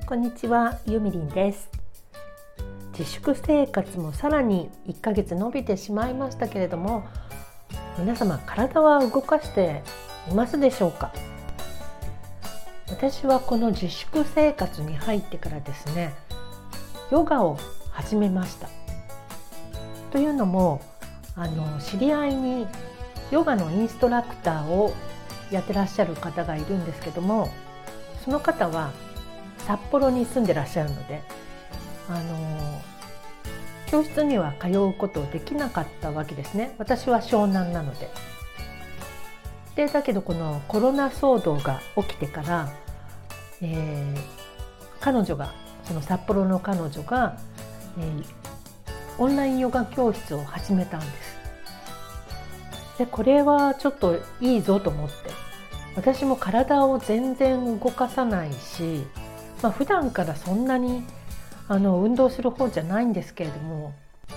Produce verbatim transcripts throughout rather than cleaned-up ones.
こんにちは、ゆみりんです。自粛生活もさらにいっかげつ延びてしまいましたけれども、皆様体は動かしていますでしょうか？私はこの自粛生活に入ってからですね、ヨガを始めました。というのも、あの知り合いにヨガのインストラクターをやってらっしゃる方がいるんですけども、その方は札幌に住んでらっしゃるので、あの教室には通うことできなかったわけですね。私は湘南なので。でだけどこのコロナ騒動が起きてから、えー、彼女がその札幌の彼女が、えー、オンラインヨガ教室を始めたんです。でこれはちょっといいぞと思って、私も体を全然動かさないし、まあ、普段からそんなにあの運動する方じゃないんですけれども、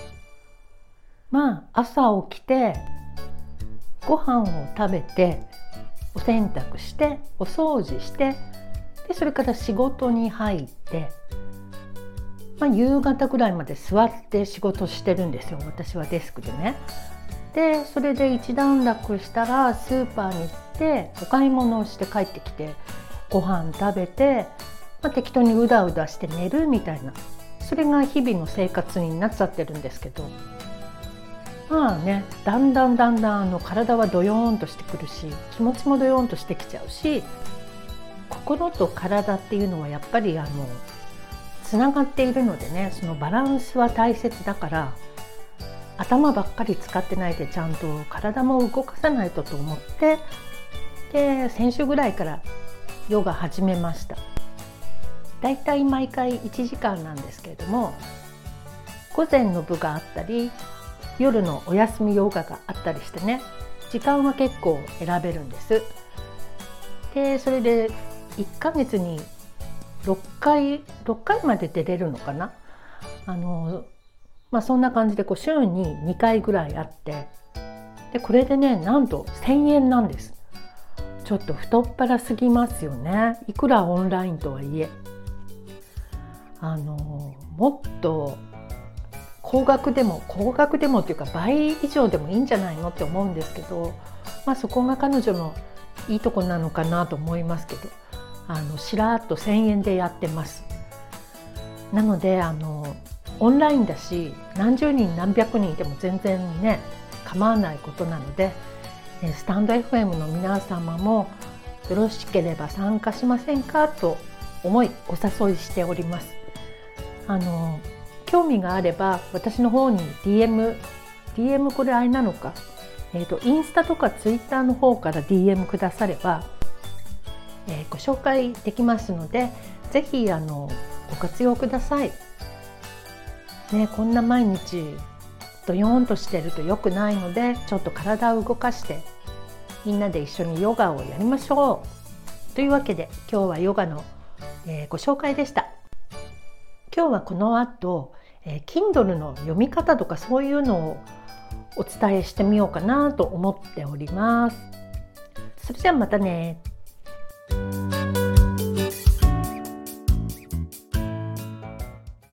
まあ朝起きてご飯を食べてお洗濯してお掃除して、でそれから仕事に入って、まあ、夕方ぐらいまで座って仕事してるんですよ。私はデスクでね。でそれで一段落したらスーパーに行ってお買い物をして帰ってきてご飯食べて、まあ、適当にうだうだして寝るみたいな、それが日々の生活になっちゃってるんですけど、まあね、だんだんだんだんあの体はドヨーンとしてくるし、気持ちもドヨーンとしてきちゃうし、心と体っていうのはやっぱりあのつながっているのでね、そのバランスは大切だから、頭ばっかり使ってないでちゃんと体も動かさないとと思って、で先週ぐらいからヨガ始めました。だいたい毎回いちじかんなんですけれども、午前の部があったり夜のお休みヨガがあったりしてね、時間は結構選べるんです。でそれでいっかげつにろっかいろっかいまで出れるのかな。あのまあそんな感じでこう週ににかいぐらいあって、でこれでね、なんとせんえんなんです。ちょっと太っ腹すぎますよね。いくらオンラインとはいえ、あのもっと高額でも高額でもっていうか倍以上でもいいんじゃないのって思うんですけど、まあそこが彼女のいいとこなのかなと思いますけど、あのしらっとせんえんでやってます。なのであのオンラインだし、何十人何百人いても全然ね構わないことなので、スタンド エフエム の皆様もよろしければ参加しませんかと思いお誘いしております。あの興味があれば私の方に ディーエム ディーエム これあれなのか、えーと、インスタとかツイッターの方から ディーエム くだされば、えー、ご紹介できますので、ぜひあのご活用ください。ね、こんな毎日ドヨーンとしてると良くないので、ちょっと体を動かしてみんなで一緒にヨガをやりましょう。というわけで今日はヨガの、えー、ご紹介でした。今日はこの後、えー、Kindle の読み方とかそういうのをお伝えしてみようかなと思っております。それじゃあまたね。